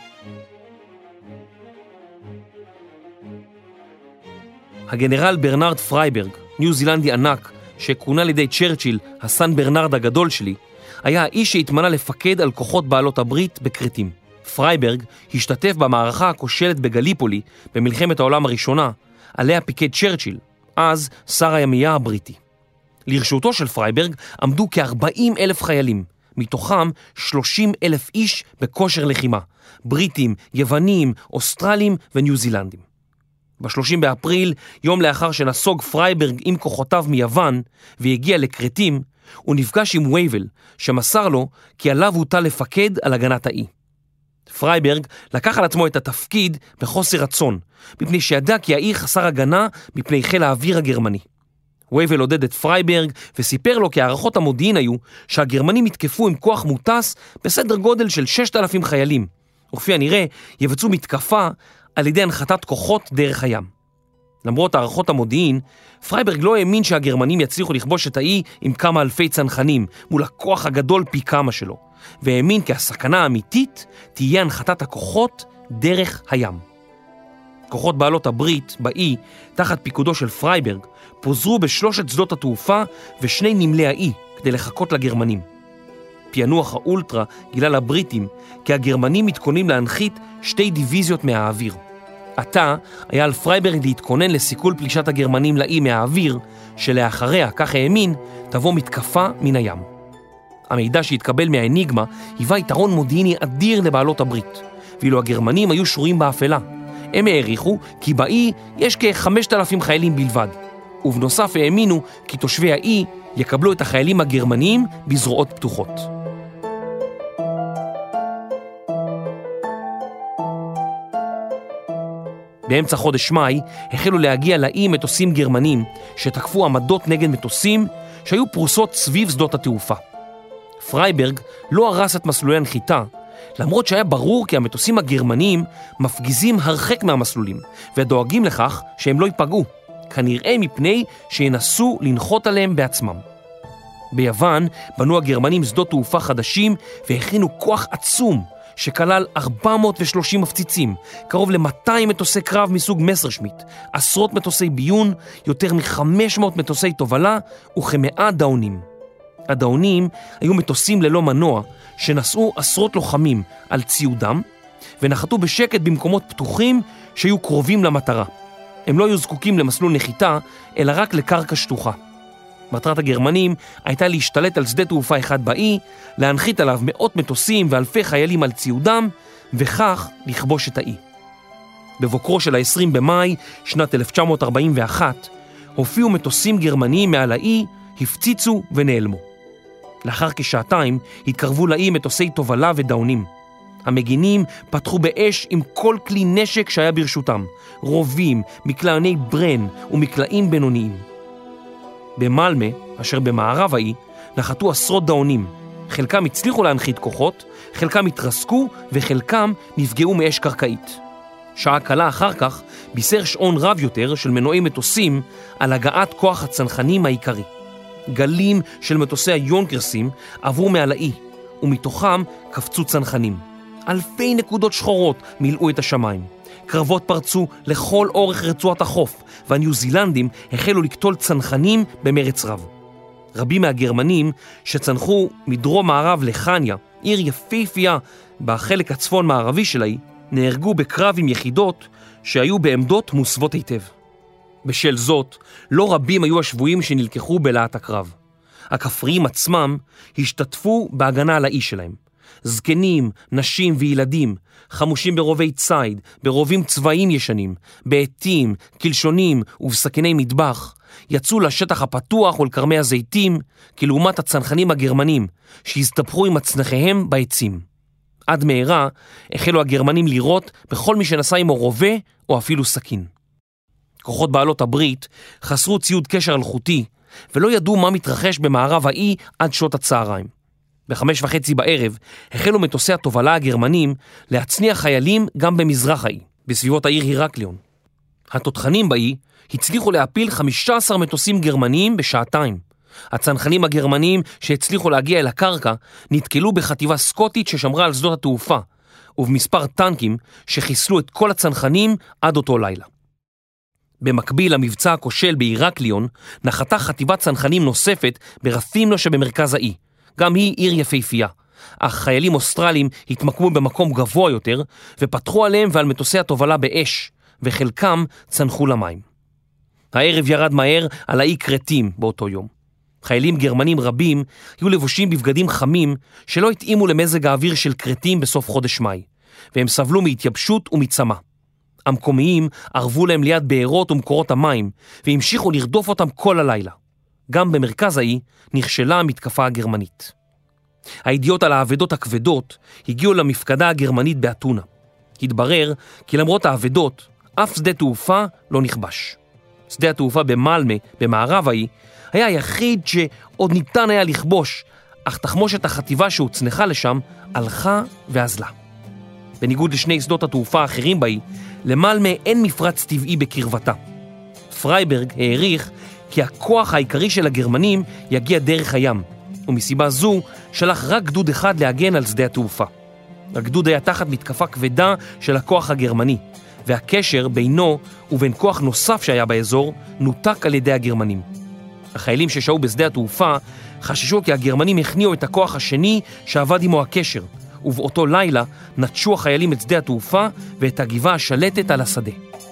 הגנרל ברנרד פרייברג, ניו זילנדי ענק, שכונה על ידי צ'רצ'יל הסן ברנרד הגדול שלי, היה האיש שהתמנה לפקד על כוחות בעלות הברית בקרטים. פרייברג השתתף במערכה הכושלת בגליפולי במלחמת העולם הראשונה, עליה פיקד צ'רצ'יל, אז שר הימייה הבריטי. לרשותו של פרייברג עמדו כ-ארבעים אלף חיילים, מתוכם שלושים אלף איש בכושר לחימה, בריטים, יוונים, אוסטרלים וניו זילנדים. ב-שלושים באפריל, יום לאחר שנסוג פרייברג עם כוחותיו מיוון והגיע לקרטים, הוא נפגש עם וייבל, שמסר לו כי עליו הוטל לפקד על הגנת האי. פרייברג לקח על עצמו את התפקיד בחוסר רצון, מפני שידע כי האי חסר הגנה מפני חיל האוויר הגרמני. וייבל עודד את פרייברג וסיפר לו כי הערכות המודיעין היו שהגרמנים יתקפו עם כוח מוטס בסדר גודל של שישת אלפים חיילים, וכפי הנראה יבצעו מתקפה על ידי הנחתת כוחות דרך הים. למרות הערכות המודיעין, פרייברג לא האמין שהגרמנים יצליחו לכבוש את האי עם כמה אלפי צנחנים מול הכוח הגדול פי כמה שלו, והאמין כי הסכנה האמיתית תהיה הנחתת הכוחות דרך הים. כוחות בעלות הברית באי, תחת פיקודו של פרייברג, פוזרו בשלושת שדות התעופה ושני נמלי האי כדי לחכות לגרמנים. פענוח האולטרה גילה לבריטים כי הגרמנים מתכוננים להנחית שתי דיוויזיות מהאוויר. עתה היה על פרייברג להתכונן לסיכול פלישת הגרמנים לאי מהאוויר, שלאחריה, כך האמין, תבוא מתקפה מן הים. המידע שהתקבל מהאניגמה היווה יתרון מודיעיני אדיר לבעלות הברית, ואילו הגרמנים היו שרויים באפלה. הם העריכו כי באי יש כ-חמשת אלפים חיילים בלבד. ובנוסף האמינו כי תושבי האי יקבלו את החיילים הגרמניים בזרועות פתוחות. באמצע חודש מאי החלו להגיע לאי מטוסים גרמנים שתקפו עמדות נגד מטוסים שהיו פרוסות סביב שדות התעופה. פרייברג לא הרס את מסלולי הנחיתה, למרות שהיה ברור כי המטוסים הגרמניים מפגיזים הרחק מהמסלולים ודואגים לכך שהם לא ייפגעו, כנראה מפני שינסו לנחות עליהם בעצמם. ביוון בנו הגרמנים שדות תעופה חדשים והכינו כוח עצום שכלל ארבע מאות ושלושים מפציצים, קרוב ל-מאתיים מטוסי קרב מסוג מסרשמיט, עשרות מטוסי ביון, יותר מ-חמש מאות מטוסי תובלה וכ-מאה דאונים. הדאונים היו מטוסים ללא מנוע שנשאו עשרות לוחמים על ציודם ונחתו בשקט במקומות פתוחים שהיו קרובים למטרה. הם לא היו זקוקים למסלול נחיתה אלא רק לקרקע שטוחה. מטרת הגרמנים הייתה להשתלט על שדה תעופה אחד באי, להנחית עליו מאות מטוסים ואלפי חיילים על ציודם, וכך לכבוש את האי. בבוקרו של ה-עשרים במאי שנת אלף תשע מאות ארבעים ואחת, הופיעו מטוסים גרמניים מעל האי, הפציצו ונעלמו. לאחר כשעתיים התקרבו לאי מטוסי תובלה ודאונים. המגינים פתחו באש עם כל כלי נשק שהיה ברשותם, רובים, מקלעני ברן ומקלעים בינוניים. במלמה, אשר במערב האי, נחתו עשרות דאונים. חלקם הצליחו להנחית כוחות, חלקם התרסקו וחלקם נפגעו מאש קרקעית. שעה קלה אחר כך בישר שעון רב יותר של מנועי מטוסים על הגעת כוח הצנחנים העיקרי. גלים של מטוסי היונקרסים עברו מעל האי, ומתוכם קפצו צנחנים. אלפי נקודות שחורות מילאו את השמיים. קרבות פרצו לכל אורך רצועת החוף, והניו זילנדים החלו לקטול צנחנים במרץ רב. רבים מהגרמנים שצנחו מדרום מערב לחניה, עיר יפהפייה בחלק הצפון מערבי של האי, נהרגו בקרב עם יחידות שהיו בעמדות מוסוות היטב. בשל זאת, לא רבים היו השבויים שנלקחו בלהט הקרב. הכפריים עצמם השתתפו בהגנה על האי שלהם. זקנים, נשים וילדים, חמושים ברובי ציד, ברובים צבאיים ישנים, בעתים, קלשונים ובסכיני מטבח, יצאו לשטח הפתוח ולקרמי הזיתים, כלעומת הצנחנים הגרמנים, שהסתבכו עם הצנחיהם בעצים. עד מהרה החלו הגרמנים לירות בכל מי שנסע עמו רובה או אפילו סכין. כוחות בעלות הברית חסרו ציוד קשר אלחוטי, ולא ידעו מה מתרחש במערב האי עד שעות הצהריים. בחמש וחצי בערב החלו מטוסי התובלה הגרמנים להצניע חיילים גם במזרח האי, בסביבות העיר הירקליון. התותחנים באי הצליחו להפיל חמישה עשר מטוסים גרמניים בשעתיים. הצנחנים הגרמניים שהצליחו להגיע אל הקרקע נתקלו בחטיבה סקוטית ששמרה על שדות התעופה, ובמספר טנקים שחיסלו את כל הצנחנים עד אותו לילה. במקביל למבצע הכושל בהירקליון, נחתה חטיבת צנחנים נוספת ברת'ימנו שבמרכז האי. גם היא עיר יפהפייה, אך חיילים אוסטרלים התמקמו במקום גבוה יותר ופתחו עליהם ועל מטוסי התובלה באש, וחלקם צנחו למים. הערב ירד מהר על האי קרטים באותו יום. חיילים גרמנים רבים היו לבושים בבגדים חמים שלא התאימו למזג האוויר של קרטים בסוף חודש מאי, והם סבלו מהתייבשות ומצמא. המקומיים ערבו להם ליד בארות ומקורות המים, והמשיכו לרדוף אותם כל הלילה. גם במרכז האי נכשלה המתקפה הגרמנית. הידיעות על העבדות הכבדות הגיעו למפקדה הגרמנית באתונה. התברר כי למרות העבדות, אף שדה תעופה לא נכבש. שדה התעופה במלמה, במערב האי, היה היחיד שעוד ניתן היה לכבוש, אך תחמושת החטיבה שהוצנחה לשם הלכה ואזלה. בניגוד לשני שדות התעופה האחרים באי, למלמה אין מפרץ טבעי בקרבתה. פרייברג העריך כי הכוח העיקרי של הגרמנים יגיע דרך הים, ומסיבה זו שלח רק גדוד אחד להגן על שדה התעופה. הגדוד היה תחת מתקפה כבדה של הכוח הגרמני, והקשר בינו ובין כוח נוסף שהיה באזור נותק על ידי הגרמנים. החיילים ששהו בשדה התעופה חששו כי הגרמנים הכניעו את הכוח השני שעבד עמו הקשר, ובאותו לילה נטשו החיילים את שדה התעופה ואת הגבעה השלטת על השדה.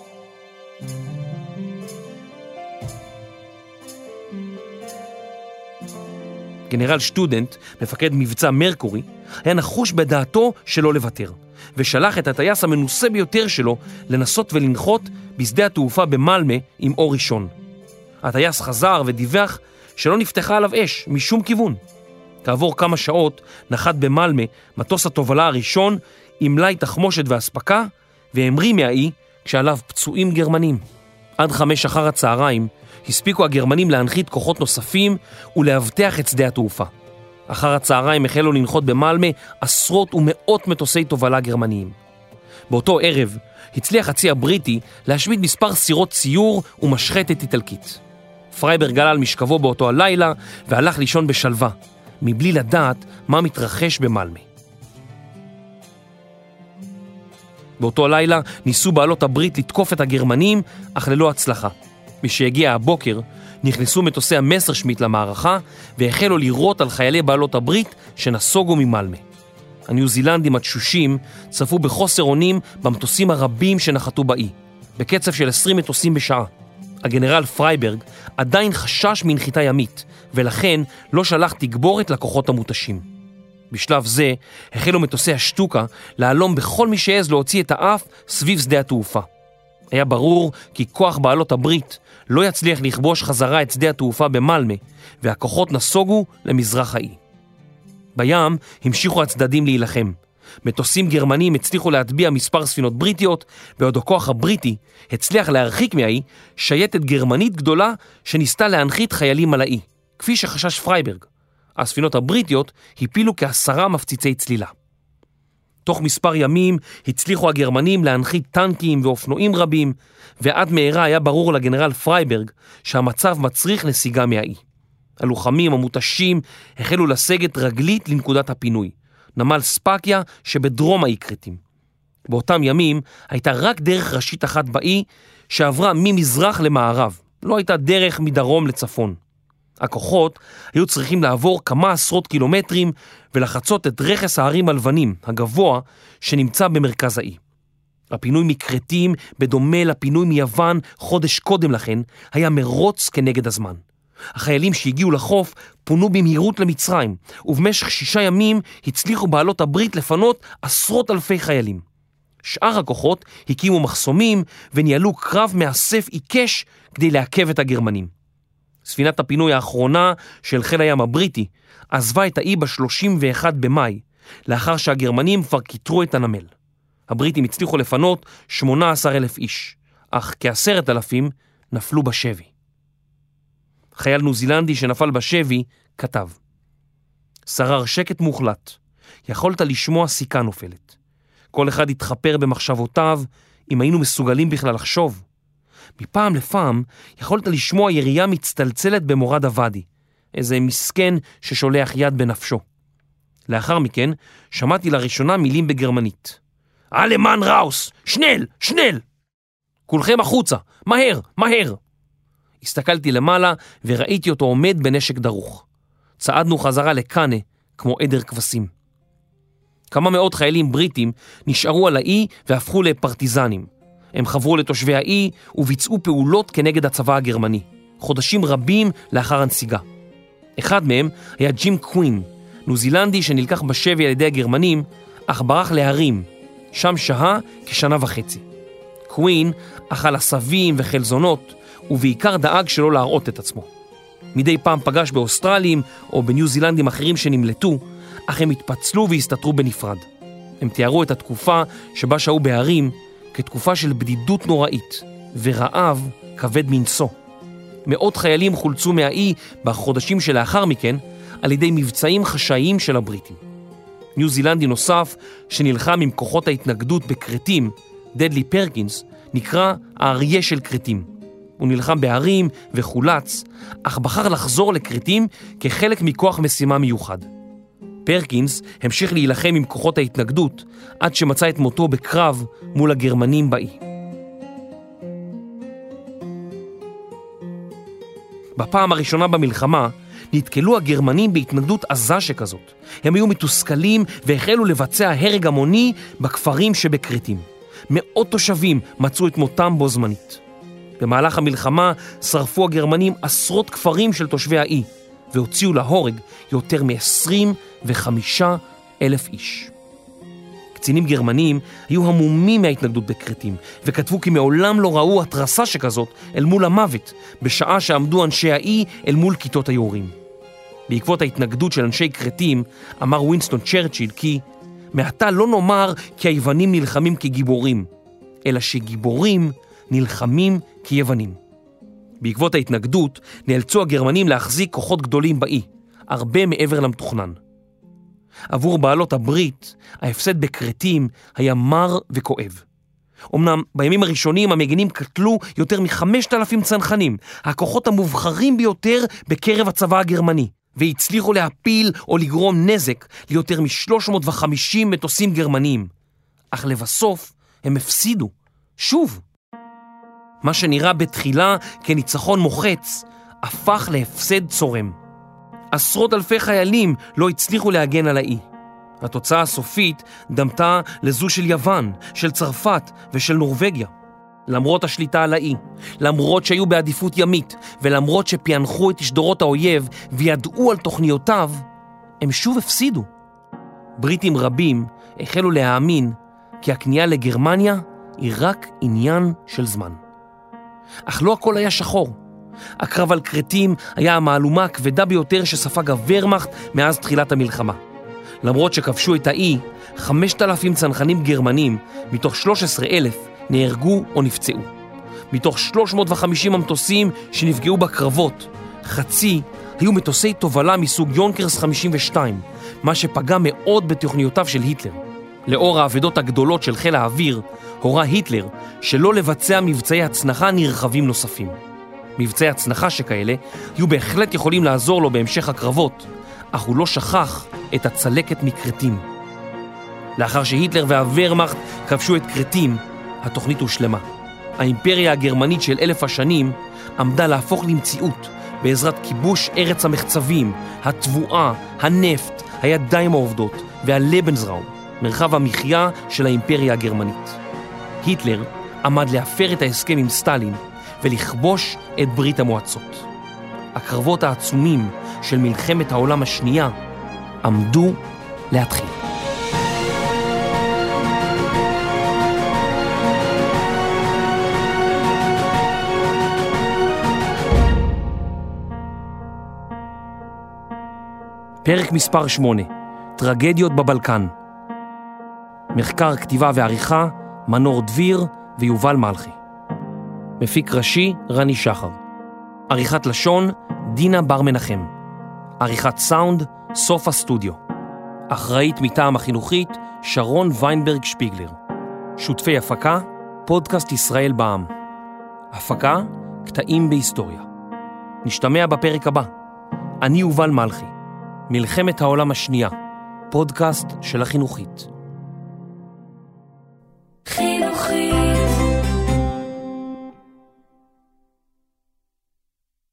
גנרל שטודנט, מפקד מבצע מרקורי, היה נחוש בדעתו שלא לוותר, ושלח את הטייס המנוסה ביותר שלו לנסות ולנחות בשדה התעופה במלמה עם אור ראשון. הטייס חזר ודיווח שלא נפתחה עליו אש משום כיוון. כעבור כמה שעות נחת במלמה מטוס התובלה הראשון עם מלאי תחמושת והספקה, והמריא מהאי כשעליו פצועים גרמנים. עד חמש אחר הצהריים הספיקו הגרמנים להנחית כוחות נוספים ולהבטח את שדה התעופה. אחר הצהריים החלו לנחות במלמה עשרות ומאות מטוסי תובלה גרמניים. באותו ערב הצליח הצי הבריטי להשמיד מספר סירות ציור ומשחטת איטלקית. פרייברג עלה על משכבו באותו הלילה והלך לישון בשלווה, מבלי לדעת מה מתרחש במלמה. באותו הלילה ניסו בעלות הברית לתקוף את הגרמנים, אך ללא הצלחה. משהגיע הבוקר, נכנסו מטוסי המסרשמיט למערכה, והחלו לירות על חיילי בעלות הברית שנסוגו ממלמה. הניו זילנדים התשושים צפו בחוסר אונים במטוסים הרבים שנחתו באי, בקצב של עשרים מטוסים בשעה. הגנרל פרייברג עדיין חשש מנחיתה ימית, ולכן לא שלח תגבורת לכוחות המוטשים. בשלב זה החלו מטוסי השטוקה להלום בכל מי שעז להוציא את האף סביב שדה התעופה. היה ברור כי כוח בעלות הברית לא יצליח לכבוש חזרה את שדה התעופה במלמה, והכוחות נסוגו למזרח האי. בים המשיכו הצדדים להילחם. מטוסים גרמנים הצליחו להטביע מספר ספינות בריטיות, בעוד הכוח הבריטי הצליח להרחיק מהאי שייטת גרמנית גדולה שניסתה להנחית חיילים על האי, כפי שחשש פרייברג. הספינות הבריטיות הפילו כעשרה מפציצי צלילה. תוך מספר ימים הצליחו הגרמנים להנחית טנקים ואופנועים רבים, ועד מהרה היה ברור לגנרל פרייברג שהמצב מצריך נסיגה מהאי. הלוחמים המוטשים החלו לסגת רגלית לנקודת הפינוי, נמל ספקיה שבדרום האי כרתים. באותם ימים הייתה רק דרך ראשית אחת באי שעברה ממזרח למערב, לא הייתה דרך מדרום לצפון. הכוחות היו צריכים לעבור כמה עשרות קילומטרים ולחצות את רכס ההרים הלבנים הגבוה שנמצא במרכז האי. הפינוי מכרתים, בדומה לפינוי מיוון חודש קודם לכן, היה מרוץ כנגד הזמן. החיילים שהגיעו לחוף פונו במהירות למצרים, ובמשך שישה ימים הצליחו בעלות הברית לפנות עשרות אלפי חיילים. שאר הכוחות הקימו מחסומים וניהלו קרב מאסף עיקש כדי לעכב את הגרמנים. ספינת הפינוי האחרונה של חיל הים הבריטי עזבה את האי ב-שלושים ואחד במאי, לאחר שהגרמנים כבר כיתרו את הנמל. הבריטים הצליחו לפנות שמונה עשר אלף איש, אך כעשרת אלפים נפלו בשבי. חייל ניו זילנדי שנפל בשבי כתב: שרר שקט מוחלט, יכולת לשמוע סיכה נופלת. כל אחד התחפר במחשבותיו, אם היינו מסוגלים בכלל לחשוב. מפעם לפעם יכולת לשמוע ירייה מצטלצלת במורד הוואדי, איזה מסכן ששולח יד בנפשו. לאחר מכן שמעתי לראשונה מילים בגרמנית. אלמן ראוס, שנל, שנל! כולכם החוצה, מהר, מהר! הסתכלתי למעלה וראיתי אותו עומד בנשק דרוך. צעדנו חזרה לקנה כמו עדר כבשים. כמה מאות חיילים בריטים נשארו על האי והפכו לפרטיזנים. הם חברו לתושבי האי וביצעו פעולות כנגד הצבא הגרמני, חודשים רבים לאחר הנסיגה. אחד מהם היה ג'ים קווין, ניו זילנדי שנלקח בשבי על ידי הגרמנים, אך ברח להרים, שם שהה כשנה וחצי. קווין אכל עשבים וחלזונות, ובעיקר דאג שלא להראות את עצמו. מדי פעם פגש באוסטרלים או בניו זילנדים אחרים שנמלטו, אך הם התפצלו והסתתרו בנפרד. הם תיארו את התקופה שבה שהו בהרים כתקופה של בדידות נוראית ורעב כבד מנשוא. מאות חיילים חולצו מהאי בחודשים שלאחר מכן על ידי מבצעים חשאיים של הבריטים. ניו זילנדי נוסף שנלחם עם כוחות ההתנגדות בקרטים, דדלי פרקינס, נקרא האריה של קרטים. הוא נלחם בהרים וחולץ, אך בחר לחזור לקרטים כחלק מכוח משימה מיוחד. פרקינס המשיך להילחם עם כוחות ההתנגדות עד שמצא את מותו בקרב מול הגרמנים באי. בפעם הראשונה במלחמה נתקלו הגרמנים בהתנגדות עזה שכזאת. הם היו מתוסכלים והחלו לבצע הרג המוני בכפרים שבקרטים. מאות תושבים מצאו את מותם בו זמנית. במהלך המלחמה שרפו הגרמנים עשרות כפרים של תושבי האי, והוציאו להורג יותר מ-עשרים וחמישה אלף איש. קצינים גרמנים היו המומים מההתנגדות בכרתים, וכתבו כי מעולם לא ראו התרסה שכזאת אל מול המוות, בשעה שעמדו אנשי האי אל מול כיתות היורים. בעקבות ההתנגדות של אנשי כרתים, אמר וינסטון צ'רצ'יל כי מעתה לא נאמר כי היוונים נלחמים כגיבורים, אלא שגיבורים נלחמים כיוונים. בעקבות ההתנגדות נאלצו הגרמנים להחזיק כוחות גדולים באי, הרבה מעבר למתוכנן. עבור בעלות הברית, ההפסד בכרתים היה מר וכואב. אמנם בימים הראשונים המגנים קטלו יותר מחמשת אלפים צנחנים, הכוחות המובחרים ביותר בקרב הצבא הגרמני, והצליחו להפיל או לגרום נזק ליותר מ-שלוש מאות וחמישים מטוסים גרמניים. אך לבסוף הם הפסידו, שוב. מה שנראה בתחילה כניצחון מוחץ, הפך להפסד צורם. עשרות אלפי חיילים לא הצליחו להגן על האי. התוצאה הסופית דמתה לזו של יוון, של צרפת ושל נורווגיה. למרות השליטה על האי, למרות שהיו בעדיפות ימית, ולמרות שפענחו את תשדורות האויב וידעו על תוכניותיו, הם שוב הפסידו. בריטים רבים החלו להאמין כי הכניעה לגרמניה היא רק עניין של זמן. אך לא הכל היה שחור. הקרב על כרתים היה המהלומה הכבדה ביותר שספג הוורמאכט מאז תחילת המלחמה. למרות שכבשו את האי, חמשת אלפים צנחנים גרמנים מתוך שלושה עשר אלף נהרגו או נפצעו. מתוך שלוש מאות וחמישים המטוסים שנפגעו בקרבות, חצי היו מטוסי תובלה מסוג יונקרס חמישים ושתיים, מה שפגע מאוד בתוכניותיו של היטלר. לאור העבדות הגדולות של חיל האוויר, הורה היטלר שלא לבצע מבצעי הצנחה נרחבים נוספים. מבצעי הצנחה שכאלה היו בהחלט יכולים לעזור לו בהמשך הקרבות, אך הוא לא שכח את הצלקת מכרתים. לאחר שהיטלר והוורמאכט כבשו את כרתים, התוכנית הושלמה. האימפריה הגרמנית של אלף השנים עמדה להפוך למציאות בעזרת כיבוש ארץ המחצבים, התבואה, הנפט, הידיים העובדות והלבנסראום, מרחב המחיה של האימפריה הגרמנית. היטלר עמד להפר את ההסכם עם סטלין ולכבוש את ברית המועצות. הקרבות העצומים של מלחמת העולם השנייה עמדו להתחיל. פרק מספר שמונה, טרגדיות בבלקן. מחקר, כתיבה ועריכה, מנור דביר ויובל מלכי. מפיק ראשי, רני שחר. עריכת לשון, דינה בר מנחם. עריכת סאונד, סוף הסטודיו. אחראית מטעם החינוכית, שרון ויינברג שפיגלר. שותפי הפקה, פודקאסט ישראל בעם. הפקה, קטעים בהיסטוריה. נשתמע בפרק הבא. אני יובל מלכי. מלחמת העולם השנייה, פודקאסט של החינוכית.